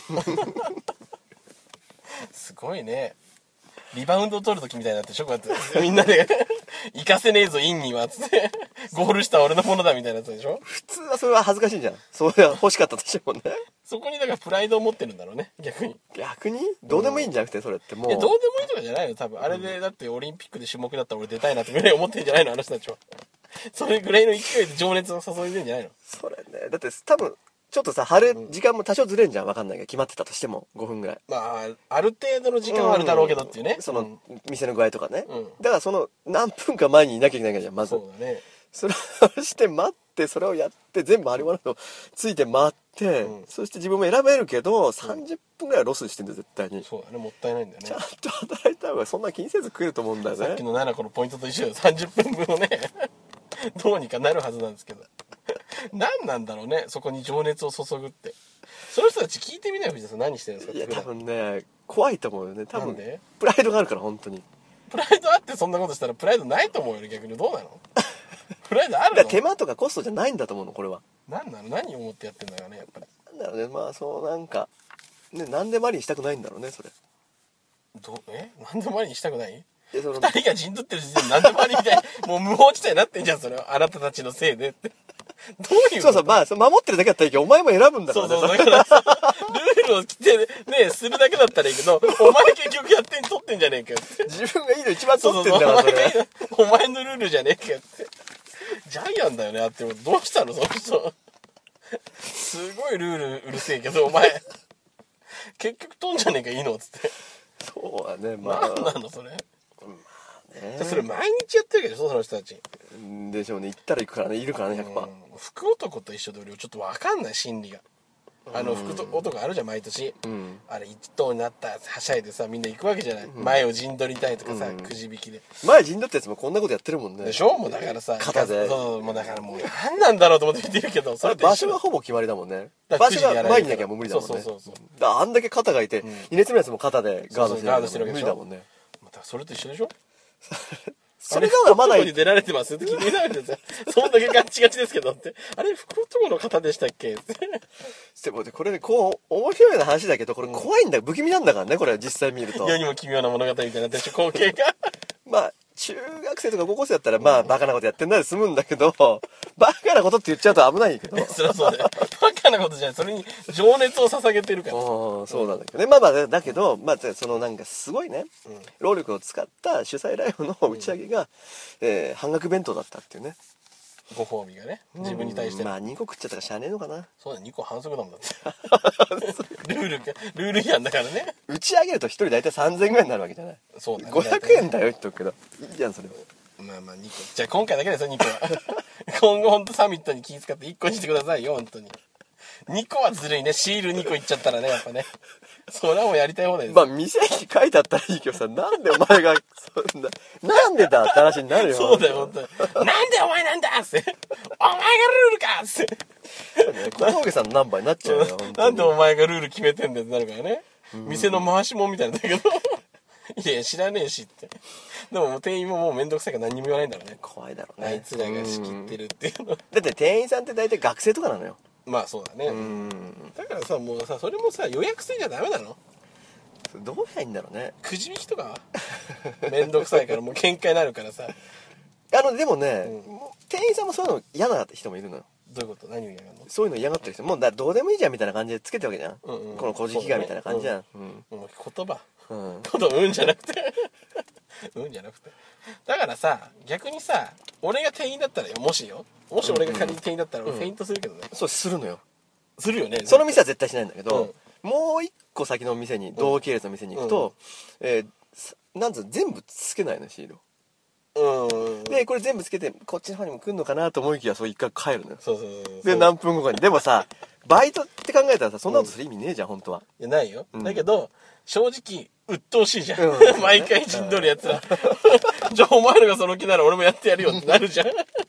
S2: すごいね。リバウンドを取るときみたいになってショックだった。みんなで行かせねえぞインにはつってゴールした俺のものだみたいなやつでしょ。
S1: 普通はそれは恥ずかしいじゃん。それは欲しかったとしてもね。
S2: そこにだからプライドを持ってるんだろうね逆に。
S1: 逆にどうでもいいんじゃなくてそれってもう。
S2: いやどうでもいいとかじゃないの多分。あれでだってオリンピックで種目だったら俺出たいなってぐらい思ってんじゃないのあの人たちは。それぐらいの勢いで情熱を注いでんじゃないの。
S1: それねだって多分ちょっとさ貼る時間も多少ずれんじゃん分かんないけど決まってたとしてもごふんぐらい。
S2: まあある程度の時間はあるだろうけどっていうね、
S1: うん、その店の具合とかね、うん、だからその何分か前にいなきゃいけないじゃんまず。そうだね。それをして待ってそれをやって全部あり終わるのついて待って、うん、そして自分も選べるけどさんじゅっぷんぐらいロスしてんだよ絶対に。
S2: そうだねもったいないんだよね。
S1: ちゃんと働いた方がそんな気にせず食えると思うんだよね。
S2: さっきのななこのポイントと一緒よさんじゅっぷんぶんをねどうにかなるはずなんですけど何なんだろうねそこに情熱を注ぐって。その人たち聞いてみない藤田さん何してるんですか。
S1: いや多分ね怖いと思うよね多分。ねプライドがあるから本当に。
S2: プライドあってそんなことしたらプライドないと思うよね逆に。どうなのプライドあるの。
S1: だ手間とかコストじゃないんだと思うのこれは。
S2: 何なの何を思ってやってんだよねやっぱり。
S1: なんだろうねまあそうなんかね何でもありにしたくないんだろうねそれ。
S2: どえ何でもありにしたくない。
S1: ふ
S2: たりが陣取ってる時点で何でもありみたいなもう無法地帯になってんじゃんそれはあなたたちのせいでってどういう。
S1: そうそうまあ守ってるだけだったらいいけどお前も選ぶんだからね。そうそうだから
S2: さルールを着てねするだけだったらいいけどお前結局やってん取ってんじゃねえかよって
S1: 自分がいいの一番取ってんだからそれ
S2: お前のルールじゃねえかよってジャイアンだよねあってどうしたのその人すごいルールうるせえけどお前結局取んじゃねえかいいのっつって。
S1: そうはねまあ
S2: 何なのそれ。ね、それ毎日やってるけどその人たち
S1: でしょうね行ったら行くからねいるからねひゃくパーセント。
S2: 福男と一緒で俺ちょっと分かんない心理が。 あの福男あるじゃん毎年、うん、あれ一等になったはしゃいでさみんな行くわけじゃない、うん、前を陣取りたいとかさ、うん、くじ引きで
S1: 前陣取ったやつもこんなことやってるもんね
S2: でしょ。もうだからさ
S1: 肩で
S2: そうもうだからもう何なんだろうと思って見てるけど
S1: それ場所がほぼ決まりだもんね。場所が前にいなきゃもう無理だもんね。そうそうそうそうだあんだけ肩がいて、うん、に列目のやつも肩でガードしてるわけで無理だもんね。
S2: またそれと一緒でしょ
S1: それがまだ
S2: 福男に出られてますって聞いてないんですよ。そんだけガッチガチですけどって。あれ福男の方でしたっけって。
S1: でもこれねこう面白いような話だけどこれ怖いんだ、うん、不気味なんだからねこれ実際見ると。
S2: 世にも奇妙な物語みたいになってるし光景が。
S1: まあ中学生とか高校生だったらまあバカなことやってんなで済むんだけど、バカなことって言っちゃうと危ないけど。
S2: そりゃそうだよ。バカなことじゃない。それに情熱を捧げてるから。
S1: そうなんだけどね。まあまあだけど、まあそのなんかすごいね、うん、労力を使った主催ライブの打ち上げが、うんえー、半額弁当だったっていうね。
S2: ご褒美がね自分に対して、
S1: うん、まあにこ食っちゃったからしゃあねえのかな。
S2: そうだにこ反則だもんだってルールルール違反だからね。
S1: 打ち上げるとひとり大体さんぜんえんぐらいになるわけじゃない。
S2: そうだね
S1: ごひゃくえんだよ言っとくけどいいじゃんそれは。
S2: まあまあにこじゃあ今回だけですよにこは今後ほんとサミットに気遣っていっこにしてくださいよ本当に。にこはずるいね。シールにこいっちゃったらねやっぱねそれはもうやりたい放題です。
S1: まあ店に書いてあったらいいけどさなんでお前がそんななんでだって話になるよ。
S2: そうだよ本当になんでお前なんだっつってお前がルールかっつって
S1: 小峠さんのナンバーになっちゃうよ
S2: なんでお前がルール決めてんだってなるからね、うん、店の回しもんみたいなんだけどいや知らねえしってでも店員ももうめんどくさいから何にも言わないんだろうね。
S1: 怖いだろうね
S2: あいつらが仕切ってるっていうのだ
S1: って店員さんって大体学生とかなのよ。
S2: まあそうだね。うんだからさもうさそれもさ予約制じゃダメなの。
S1: どうしたらいいんだろうね。
S2: くじ引きとかめんどくさいからもう喧嘩になるからさ
S1: あのでもね、うん、店員さんもそういうの嫌な人もいるのよ。
S2: どういうこと何を嫌がるの。
S1: そういうの嫌がってる人もうだどうでもいいじゃんみたいな感じでつけてるわけじゃん、うんうん、この小じきがみたいな感じじゃん、うん
S2: うん、もう言葉、うん、言葉うんじゃなくてうんじゃなくてだからさ逆にさ俺が店員だったらよもしよもし俺が仮に店員だったら俺フェイントするけどね、うん、
S1: そうするのよ
S2: するよね。
S1: その店は絶対しないんだけど、うん、もう一個先の店に同系列の店に行くと、うんえー、なんつうの全部つけないのシールを。うんでこれ全部つけてこっちの方にも来るのかなと思いきやそう一回帰るのよ。そうそうそうで何分後かにでもさバイトって考えたらさそんなことする意味ねえじゃん、うん、本当は。
S2: いやないよ、うん、だけど正直鬱陶しいじゃん、うん、毎回陣取るやつらじゃあお前らがその気なら俺もやってやるよってなるじゃん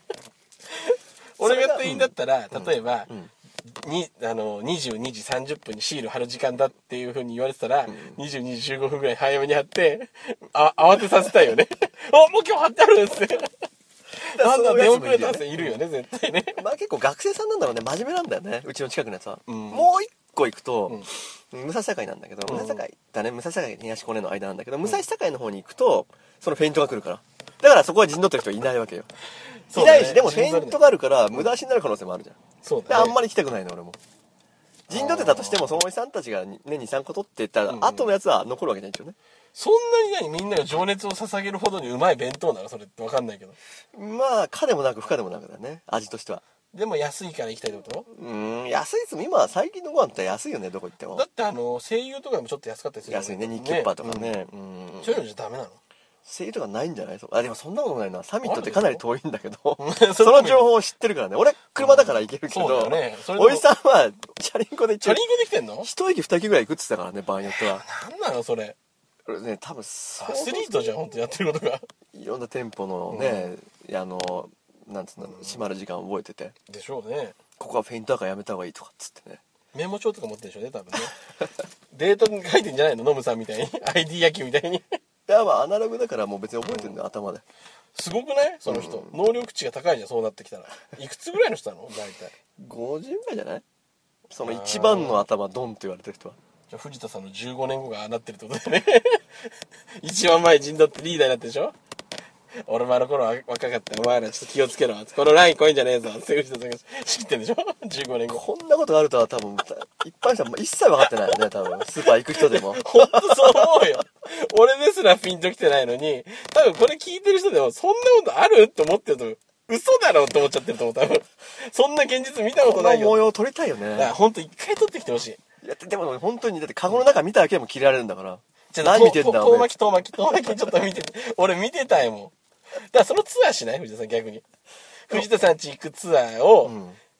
S2: 俺が店員だったら、うん、例えば、うんにあのにじゅうにじさんじゅっぷんにシール貼る時間だっていう風に言われてたら、うん、にじゅうにじじゅうごふんぐらい早めに貼ってあ慌てさせたいよねあもう今日貼ってあるんですねなんだ出遅れたっているよね絶対ね。
S1: まあ結構学生さんなんだろうね真面目なんだよねうちの近くのやつは、うん、もう一個行くと、うん、武蔵境なんだけど、うん、武蔵境だね武蔵境東高根の間なんだけど、うん、武蔵境の方に行くとそのフェイントが来るからだからそこは陣取ってる人いないわけよ。いないし、ね、でもフェイントがあるから無駄足になる可能性もあるじゃん。そうだね、であんまり来たくないの俺も。陣取ってたとしてもそのおじさんたちが年にさんこ取っていったら、うんうん、後のやつは残るわけないんですよね。
S2: そんなに何みんなが情熱を捧げるほどにうまい弁当なのそれって分かんないけど。
S1: まあ可でもなく不可でもなくだね味としては。
S2: でも安いから行きたいってこと？
S1: うん安いっすも今最近のご飯って安いよねどこ行っても。
S2: だってあの声優とかでもちょっと安かったりするよね。
S1: 安いね日キッパーとかね、うん、
S2: うんそういうのじゃダメなの？
S1: 声優とかないんじゃない？あでもそんなことないなサミットってかなり遠いんだけどその情報を知ってるからね俺車だから行けるけど、うんね、おじさんはチャリンコで行って
S2: チャリンコで来てんの？
S1: 一駅二駅ぐらい行くって言ってたからね場合によっては。
S2: なんなのそれ
S1: 俺ね多分ア
S2: スリートじゃん本当やってることが
S1: いろんな店舗のね、うん、あのなんつうの閉まる時間覚えてて
S2: でしょうね
S1: ここはフェイントだからやめた方がいいとかっつってね
S2: メモ帳とか持ってるでしょうね多分ねデートに書いてんじゃないのノムさんみたいにアイディー 野球みたいにい
S1: やまあアナログだからもう別に覚えてるんだよ、うん、頭です
S2: ごくないその人、うん、能力値が高いじゃんそうなってきたらいくつぐらいの人なの大体
S1: ごじゅうぐらいじゃないその一番の頭ドンって言われてる人は。
S2: じゃあ藤田さんのじゅうごねんごがああなってるってことだよね一番前陣取ってリーダーになってるでしょ俺もあの頃は若かったお前らちょっと気をつけろこのライン来いんじゃねえぞって藤田さんが知ってるでしょじゅうごねんご
S1: こんなことがあるとは多分一般人は一切分かってないよね多分スーパー行く人でも
S2: ほんとそう思うよ俺ですらピンときてないのに多分これ聞いてる人でもそんなことあるって思ってると嘘だろって思っちゃってると思う多分そんな現実見たことないよ。
S1: この模様撮りたいよね。
S2: だからほんと一回撮ってきてほしい。
S1: いやでも本当にだってカゴの中見ただけでも切られるんだから。
S2: じゃ何見てんだ遠巻き遠巻き遠巻きちょっと見てて俺見てたよもん。だからそのツアーしない藤田さん逆に藤田さん家行くツアーを、うん、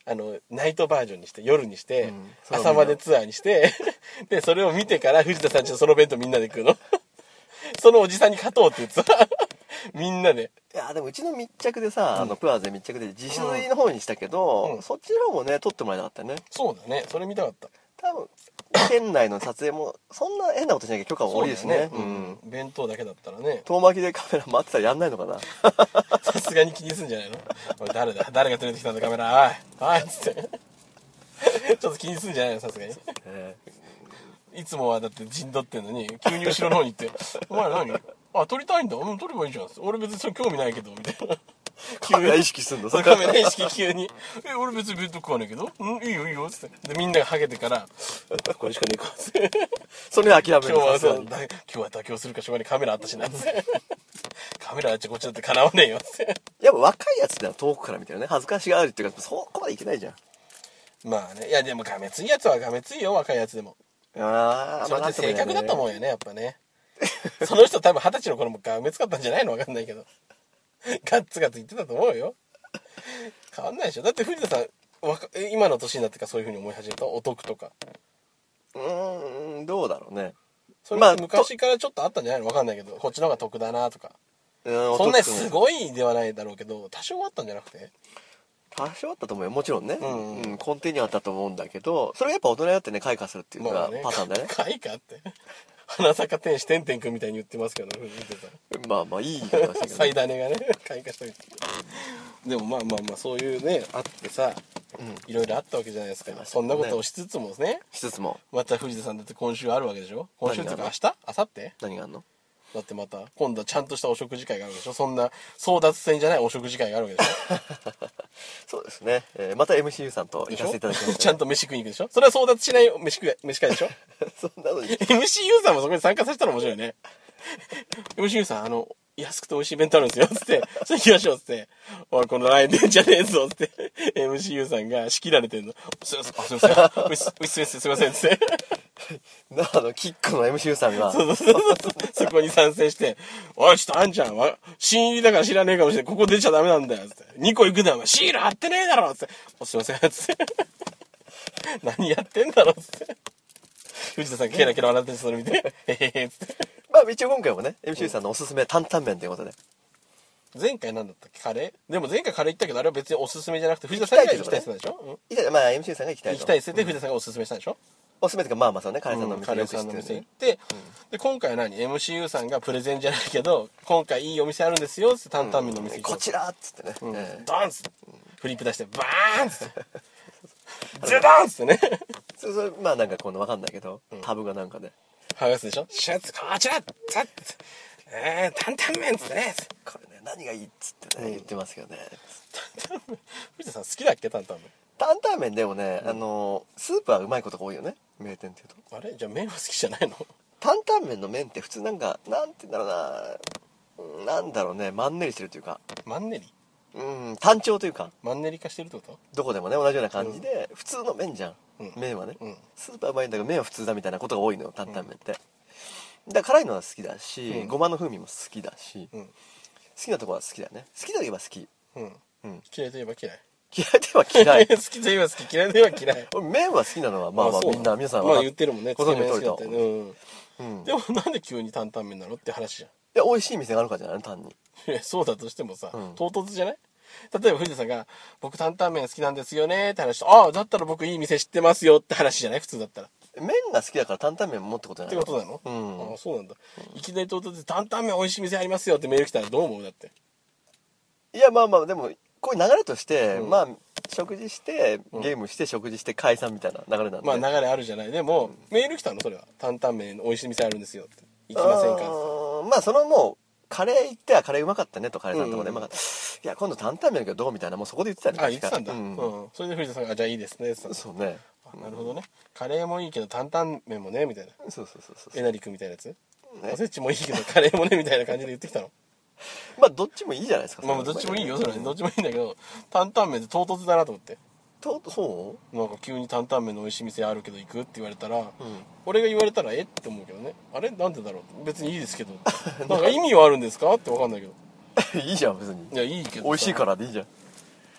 S2: あのナイトバージョンにして夜にして、
S1: うん、
S2: 朝までツアーにしてでそれを見てから藤田さんちとその弁当みんなで食うのそのおじさんに勝とうって言ってさみんなで。
S1: いやでもうちの密着でさ、うん、あのプラーズで密着で自炊の方にしたけど、うん、そっちの方もね撮ってもらえなかったよね。
S2: そうだね、それ見たかった。
S1: 多分県内の撮影もそんな変なことしなきゃ許可も多いですね。
S2: うね、うん、弁当だけだったらね
S1: 遠巻きでカメラ回ってたらやんないのかな
S2: さすがに気にすんじゃないのおい誰だ誰が連れてきたんだカメラおいおいっつってちょっと気にすんじゃないのさすがに、えー、いつもはだって陣取ってんのに急に後ろの方に行ってお前何あ撮りたいんだうん撮ればいいじゃん俺別にそれ興味ないけどみたいな
S1: カメラ意識すんの
S2: カメラ意識急にえ俺別に弁当食わないけどうんいいよいいよっつってでみんながハゲてからこれしかねえかっつって
S1: それは諦める。
S2: 今日はそう今日は妥協するかしょうがないカメラあったしなっつってカメラあっちこっちだってかなわねえよっつって
S1: やっぱ若いやつでは遠くから見てるね恥ずかしがあるっていうかそこまでいけないじゃん。
S2: まあねいやでもがめついやつはがめついよ若いやつでも。ああそれって性格だと思うよねやっぱねその人多分二十歳の頃もがめつかったんじゃないの分かんないけどガッツガツ言ってたと思うよ。変わんないでしょ。だって藤田さん今の年になってからそういう風に思い始めたお得とか
S1: うーんどうだろうね。
S2: それって昔からちょっとあったんじゃないの分かんないけどこっちの方が得だなとかうんそんなにすごいではないだろうけど多少あったんじゃなくて
S1: 多少あったと思うよもちろんね、うんうん、根底にはあったと思うんだけどそれがやっぱ大人になってね開花するっていうのがパターンだね。
S2: 開花って花坂天使てんてんくんみたいに言ってますけどね
S1: まあまあいい言い方ですけど、ね、
S2: 最種がね開花したみたいでもまあまあまあそういうねあってさ、うん、いろいろあったわけじゃないですか、ね、そんなことをしつつもね
S1: しつつも
S2: また藤田さんだって今週あるわけでしょ。今週っていうか明日明後日
S1: 何があんの
S2: だってまた今度はちゃんとしたお食事会があるでしょ。そんな争奪戦じゃないお食事会があるわけでしょ
S1: そうですね、えー、また エムシーユー さんと行かせていただきます、ね、
S2: ちゃんと飯食いに行くでしょ。それは争奪しない飯食い飯会でしょ
S1: そんなのに
S2: エムシーユー さんもそこに参加させたら面白いねエムシーユー さんあの安くて美味しい弁当あるんですよつってそれ行きましょうつっておいこのラインでんじゃねえぞつって エムシーユー さんが仕切られてんのすいませんあすいませんういすういすすいませんつって
S1: なあのキックの エムシーユー さんが
S2: そうそうそうそこに参戦しておいちょっとあんちゃんは新入りだから知らねえかもしれないここ出ちゃダメなんだよつってにこ行くんだよシール貼ってねえだろつっておすいませんつって何やってんだろつって藤田さんケラケラ笑ってそれ見てへへへつって
S1: まあ一応今回もね エムシーユー さんのおすすめ担々麺ということで
S2: 前回何だったっけカレーでも前回カレー行ったけどあれは別におすすめじゃなくて藤田さんが行きたいって言ったんでしょ。行きたい
S1: まあ エムシーユー さんが行きたい
S2: 行きたいって言って藤田さんがおすすめしたんでしょ。
S1: おすすめというかまあまあそうねカレーさんの
S2: お店、うん、カレーさんの店行って、うん、で今回は何 エムシーユー さんがプレゼンじゃないけど今回いいお店あるんですよって担々麺の店行って、
S1: うん、こちらっつってね、
S2: うんえー、ドンっつって、うん、フリップ出してバーンっつってズドンっつってね
S1: そそまあなんかこの分かんないけど、うん、タブがなんかね
S2: 剥がすでしょシャツこちらっつってえー、担々麺っつってね
S1: これね何がいいっつってね、うん、言ってますけどね
S2: 担々麺藤田さん好きだっけ担々麺
S1: 担々麺でもね、うん、あのスープはうまいことが多いよね名店っていうと
S2: あれじゃあ麺は好きじゃないの
S1: 担々麺の麺って普通なんかなんて言うんだろうななんだろうねマンネリしてるというか
S2: マンネリ
S1: うん単調というか
S2: マンネリ化してるってこと
S1: どこでもね同じような感じで、うん、普通の麺じゃん、うん、麺はね、うん、スープはうまいんだけど麺は普通だみたいなことが多いのよ担々麺って、うん、だから辛いのは好きだし、うん、ごまの風味も好きだし、うん、好きなところは好きだよね好きといえば好き、
S2: うんうん、嫌いといえば嫌い
S1: 嫌いといえば嫌い
S2: 好きといえば好き嫌いといえば嫌い
S1: 麺は好きなのはまあまあみんな皆さんは
S2: まあ言ってるもんね
S1: ご存知の通りと、
S2: うんうん、でもなんで急に担々麺なのって話じゃん。い
S1: や美味しい店があるからじゃないの単に
S2: そうだとしてもさ、うん、唐突じゃない。例えば藤田さんが僕担々麺好きなんですよねって話とああだったら僕いい店知ってますよって話じゃない普通だったら
S1: 麺が好きだから担々麺もってことじゃない
S2: ってことなの、うん、ああそうなんだ、うん、いきなり唐突で担々麺美味しい店ありますよってメール来たらどう思うだって
S1: いやまあまあでもこういう流れとして、うん、まあ食事してゲームして食事して解散みたいな流れなんで、
S2: まあ流れあるじゃないでも、うん、メール来たのそれは担々麺美味しい店あるんですよって行きませんか
S1: まあそのもうカレー行ってはカレーうまかったねとカレーさんとかでうまかった、うん、いや今度担々麺だけどどうみたいなもうそこで言ってたね
S2: あ言ってたんだ、うんうん、それで藤田さんがじゃあいいですねって言った
S1: そうね
S2: なるほどねカレーもいいけど担々麺もねみたいな
S1: そうそうそうそう
S2: えなりくんみたいなやつ、ね、おせちもいいけどカレーもねみたいな感じで言ってきたの
S1: まあどっちもいいじゃないですか
S2: まあどっちもいいよそれ、どっちもいいんだけど担々麺って唐突だなと思って
S1: とそう
S2: なんか急に担々麺の美味しい店あるけど行くって言われたら、うん、俺が言われたらえって思うけどねあれなんでだろう別にいいですけどなんか意味はあるんですかって分かんないけど
S1: いいじゃん別に
S2: いやいいけど
S1: 美味しいからでいいじゃん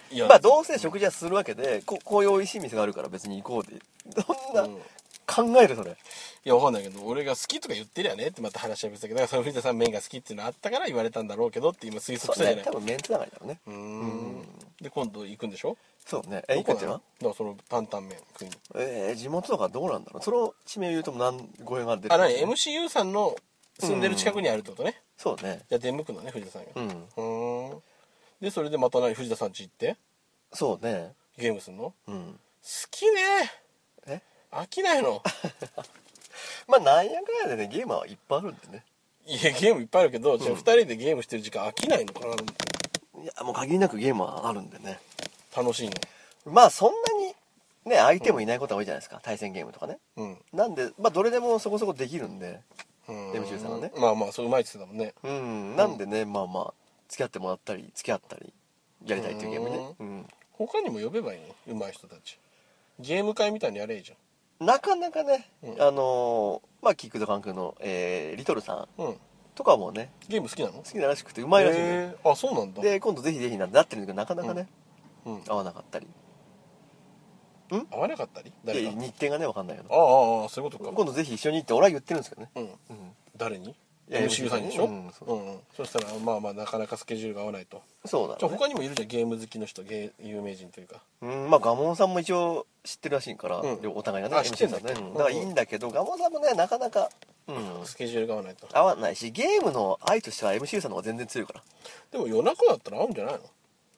S2: いや
S1: まあどうせ食事はするわけで、ここういう美味しい店があるから別に行こうで、どんな、
S2: うん
S1: 考えるそれ。
S2: いやわかんないけど俺が好きとか言ってりゃねってまた話は別だけど、だからその藤田さん麺が好きっていうのあったから言われたんだろうけどって今推測したじゃない。
S1: 多分メンツ長いだろうね。
S2: うーんで今度行くんでしょ。
S1: そうね。え、行くっていうのは
S2: だからその担々麺食いに。
S1: えー、地元とかどうなんだろう。その地名を言うとも何語弊が出る
S2: あ、何 エムシーユー さんの住んでる近くにあるってことね。
S1: そうね。
S2: じゃあ出向くのね藤田さんが。
S1: うん。
S2: うーんでそれでまた何藤田さん家行って
S1: そうね。
S2: ゲームすんの。好
S1: うん。
S2: きね
S1: え
S2: 飽きないの。
S1: まあなんやかんやでね、ゲームはいっぱいあるんでね。
S2: いやゲームいっぱいあるけど、じゃあふたりでゲームしてる時間飽きないのかな。
S1: いや、もう限りなくゲームはあるんでね。
S2: 楽しいの。
S1: まあそんなに、ね、相手もいないことが多いじゃないですか。対戦ゲームとかね。
S2: うん
S1: なんで、まあどれでもそこそこできるんで。
S2: うん
S1: エムシー さんはね。
S2: まあまあそううまいって言ってたもんね。
S1: うん。なんでね、まあまあ、付き合ってもらったり、付き合ったり、やりたいっていうゲームね。うん。
S2: 他にも呼べばいいのうまい人たち。ゲーム会みたいにやれいいじ
S1: なかなかね、
S2: うん
S1: あのーまあキックドカンクの、えー、リトルさん
S2: ゃん。うん
S1: とかもね、
S2: ゲーム好きなの。
S1: 好きならしくてうまいらしいんで、
S2: へーあそうなんだ。
S1: で今度ぜひぜひなんてなってるんだけど、なかなかね、
S2: うん
S1: 合わなかったり、
S2: 合わなかったり誰か。
S1: いや日程がね分かんないけ
S2: あ
S1: ど、
S2: あああそういうことか。
S1: 今度ぜひ一緒に行って俺は言ってるんですけどね、
S2: うん
S1: うん、
S2: 誰に。
S1: いや
S2: エムシーユー さんにでしょ。
S1: う
S2: うんん
S1: そう
S2: うんそしたらまあまあなかなかスケジュールが合わないと。じゃあ
S1: そうだね。
S2: 他にもいるじゃんゲーム好きの人、ゲー有名人というか。
S1: うん、まあガモンさんも一応知ってるらしいから、
S2: うん
S1: お互いがね、
S2: あ知ってんだ
S1: エムシー さんね、
S2: うん
S1: だからいいんだけど、ガモンさんもねなかなか、うん、
S2: スケジュールが合わないと。
S1: 合わないし、ゲームの愛としては エムシー さんの方が全然強いから
S2: でも夜中だったら合うんじゃないの。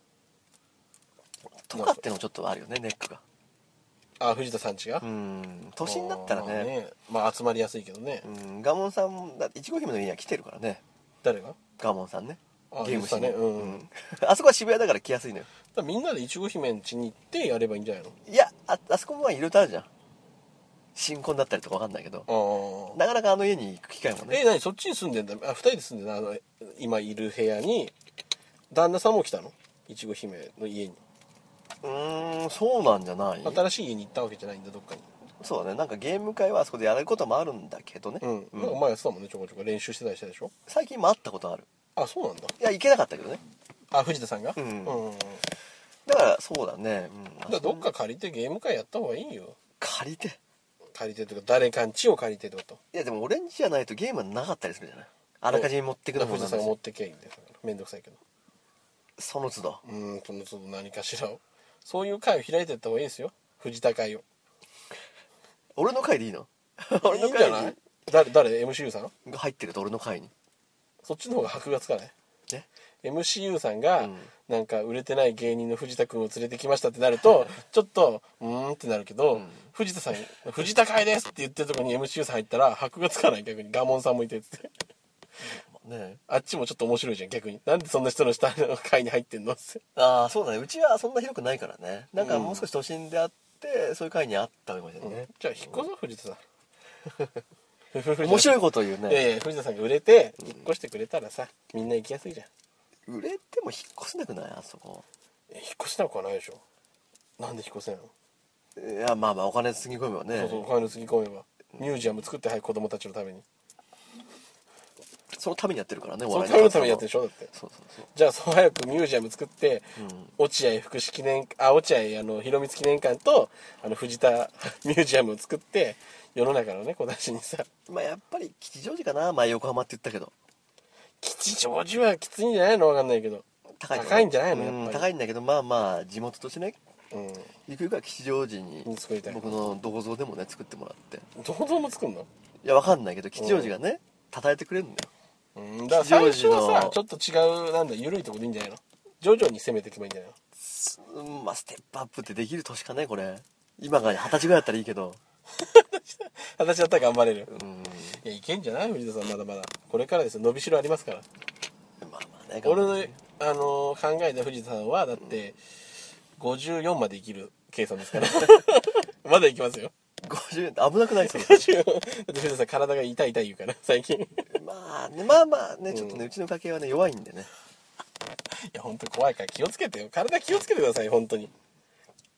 S1: とかってのもちょっとあるよね、ネックが。
S2: あ藤田さんちが。
S1: うん年になったら
S2: まあ
S1: ね、
S2: まあ集まりやすいけどね。
S1: うんガモンさんだっていちご姫の家には来てるからね、
S2: 誰が。
S1: ガモンさんね、
S2: あ
S1: ゲームしに、
S2: 言ってたねうん
S1: うんあそこは渋谷だから来やすいのよ。
S2: だからみんなでいちご姫ん家に行ってやればいいんじゃないの。
S1: いや あ, あそこもまあいろいろあるじゃん、新婚だったりとかわかんないけど、
S2: ああ
S1: なかなかあの家に行く機会もね。
S2: え何そっちに住んでんだ。あ二人で住んでんだ。あの今いる部屋に旦那さんも来たのいちご姫の家に。
S1: うーんそうなんじゃない。
S2: 新しい家に行ったわけじゃないんだどっかに。
S1: そうだね、なんかゲーム会はあそこでやることもあるんだけどね、
S2: うん、
S1: うん
S2: なんかお前やってたもんねちょこちょこ練習してたりしたでしょ。
S1: 最近も会ったことある。
S2: あそうなんだ。
S1: いや行けなかったけどね。
S2: あ藤田さんが
S1: うん
S2: うん
S1: だからそうだね、うん、
S2: だからどっか借りてゲーム会やった方がいいよ。
S1: 借りて、
S2: 借りてというか誰かん家を借りてってこと。
S1: いやでも俺ん家じゃないとゲームはなかったりするじゃない、あらかじめ持ってく
S2: だから
S1: のもなんだし
S2: 藤田さんが持ってけいいんだよ。だからめんどくさいけど。
S1: その都度。
S2: うんその都度何かしらをそういう会を開いてった方がいいですよ。藤田会を。
S1: 俺の会でいいの
S2: いいんじゃない。誰誰 エムシーユー さん。
S1: が入ってると俺の会に
S2: そっちの方が箔がつかない。
S1: ね
S2: エムシーユー さんが、
S1: うん
S2: なんか売れてない芸人の藤田君を連れてきましたってなるとちょっとうーんってなるけど、
S1: うん
S2: 藤田さん「藤田会です」って言ってるところに エムシーユー さん入ったら箔がつかない。逆にガモンさんもいてって
S1: ね
S2: あっちもちょっと面白いじゃん逆に。なんでそんな人の下の会に入ってんのって
S1: ああそうだね、うちはそんな広くないからね、なんかもう少し都心であってそういう会にあったかもしれないね、
S2: じゃあ引っ越そう藤田さん
S1: 面白い
S2: い
S1: こと言う
S2: いや
S1: ね。
S2: いや藤田さんが売れて引っ越してくれたらさみんな行きやすいじゃん。
S1: 売れても引っ越せなくないあそこ。
S2: え引っ越しなくはないでしょ。なんで引っ越せないの。
S1: いやまあまあお金つぎ込めばね、
S2: そうそうお金のつぎ込めばミュージアム作ってはい子供たちのために。
S1: そのためにやってるからね、
S2: そのためのためにやってるでしょだって。
S1: そうそうそう。
S2: じゃあそう早くミュージアム作って、
S1: うん
S2: 落合福祉記念あ落合あの広光記念館とあの藤田ミュージアムを作って世の中のね子たちにさ。
S1: まあやっぱり吉祥寺かな、前横浜って言ったけど
S2: 吉祥寺はきついんじゃないのわかんないけど
S1: 高いとこ
S2: 高いんじゃないのやっぱり
S1: うん高いんだけど、まあまあ地元としてね、
S2: うん
S1: ゆくゆくは吉祥寺に
S2: 作りたい。
S1: 僕の銅像でもね作ってもらって、
S2: 銅像も作るの。
S1: いやわかんないけど吉祥寺がね称えてくれるんだよ。
S2: うんだから最初は
S1: 吉祥寺の
S2: さちょっと違うなんだ緩いとこでいいんじゃないの。徐々に攻めていけばいいんじゃないの。
S1: うんまあステップアップってできる年かねこれ。今が二十歳ぐらいだったらいいけど、
S2: 私だったら頑張れる。
S1: うん
S2: いやいけんじゃない藤田さんまだまだこれからですよ。伸びしろありますから。
S1: まあまあね
S2: 俺の、
S1: 頑張って
S2: あのー考えた藤田さんはだってごじゅうよんまで生きる計算ですからまだ生きますよ。
S1: ごじゅう危なくないですか
S2: ごじゅうよんだって藤田さん体が痛い痛い言うから最近い
S1: まあねまあまあねちょっとね、うちの家系はね弱いんでね、
S2: や本当怖いから気をつけてよ。体気をつけてください本当に。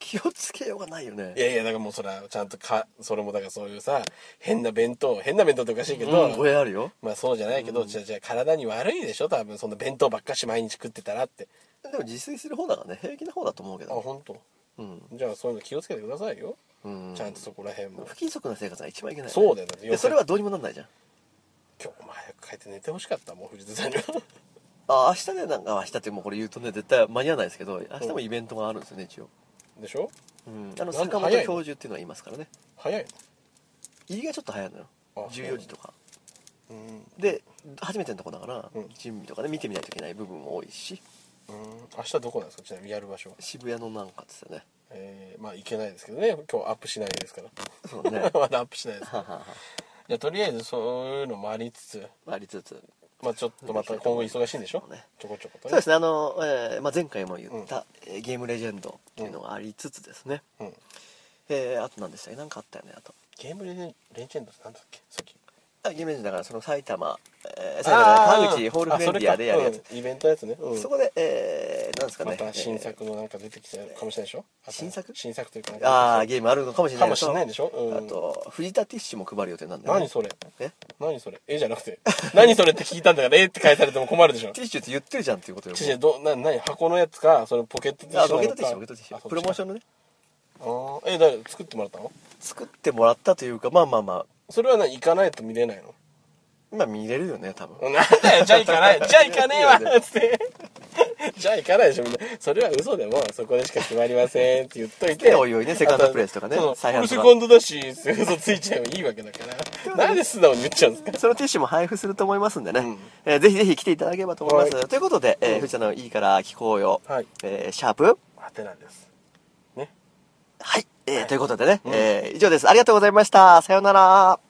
S1: 気をつけようがないよね。
S2: いやいやだからもうそれはちゃんとかそれもだからそういうさ変な弁当変な弁当っておかしいけど、
S1: うん、これあるよ。
S2: まあそうじゃないけど、うん、じゃあじゃあ体に悪いでしょ多分その弁当ばっかし毎日食ってたらって。
S1: でも自炊する方だからね平気な方だと思うけど。
S2: あ本当。
S1: うん。
S2: じゃあそういうの気をつけてくださいよ。うん。ちゃんとそこら辺も。
S1: 不規則な生活が一番いけない、ね。
S2: そうだよね。
S1: でそれはどうにもなんないじゃん。
S2: 今日も早く帰って寝てほしかったもう藤田さんには。
S1: あ明日ねなんか明日ってもうこれ言うとね絶対間に合わないですけど明日もイベントがあるんですよね一応。
S2: でしょ。
S1: うん。あの坂本教授っていうのがいますからね。
S2: 早いの。
S1: 入りがちょっと早いのよ。じゅうよじとか。
S2: うん。
S1: で初めてのとこだから、
S2: うん、
S1: 準備とかね見てみないといけない部分も多いし。
S2: うん。明日どこなんですかちなみにやる場所。
S1: 渋谷のなんかですよね。
S2: えー、まあ行けないですけどね今日アップしないですから
S1: そうね
S2: まだアップしないですじゃあとりあえずそういうのもありつつ
S1: ありつつ
S2: まあちょっとまた今後忙しいんでしょ、ね、ちょこちょこと、ね、
S1: そうですねあの、えーまあ、前回も言った、うん、ゲームレジェンドっていうのがありつつですね、うんえー、あと何でしたっけ何かあったよねあと
S2: ゲームレジェンレジェンドって何だっけさっき
S1: ゲームレジェンドだからその埼玉、えー、埼玉川口ホールフレンディアでやるやつ、
S2: うん、イベントのやつね、
S1: うん、そこで、えー、なんですかね
S2: また新作のなんか出てきたかもしれないでしょ
S1: 新作
S2: 新作というか
S1: ああゲームあるのかもしれない
S2: かもしれないでしょ、うん、
S1: あと藤田ティッシュも配る予定なんだよ、
S2: ね、何それえ何それえじゃなくて何それって聞いたんだからえって返されても困るでしょ
S1: ティッシュって言ってるじゃんっていうことよ
S2: 違うどな何箱のやつかそのポケットティッシュ
S1: ポケットティッシュポケットティッシュプロモーションのね
S2: あえ誰作ってもらったの
S1: 作ってもらったというかまあまあまあ
S2: それは何行かないと見れないの
S1: 今見れるよね多分
S2: なんだよじゃあ行かないじゃあ行かねえわつってじゃあ行かないでしょみんなそれは嘘でもそこでしか決まりませんって言っといて
S1: おいおいねセカンドプレイスとかね
S2: 再販とかセカンドだしって嘘ついちゃえばいいわけだからなんで素直に言っちゃうんですか
S1: そのティッシュも配布すると思いますんでね、うんえー、ぜひぜひ来ていただければと思います、はい、ということで、えー、藤田のいいから聞こうよ、はいえー、シャープ
S2: はてなんですね
S1: はい、えーはい、ということでね、うんえー、以上ですありがとうございましたさようなら。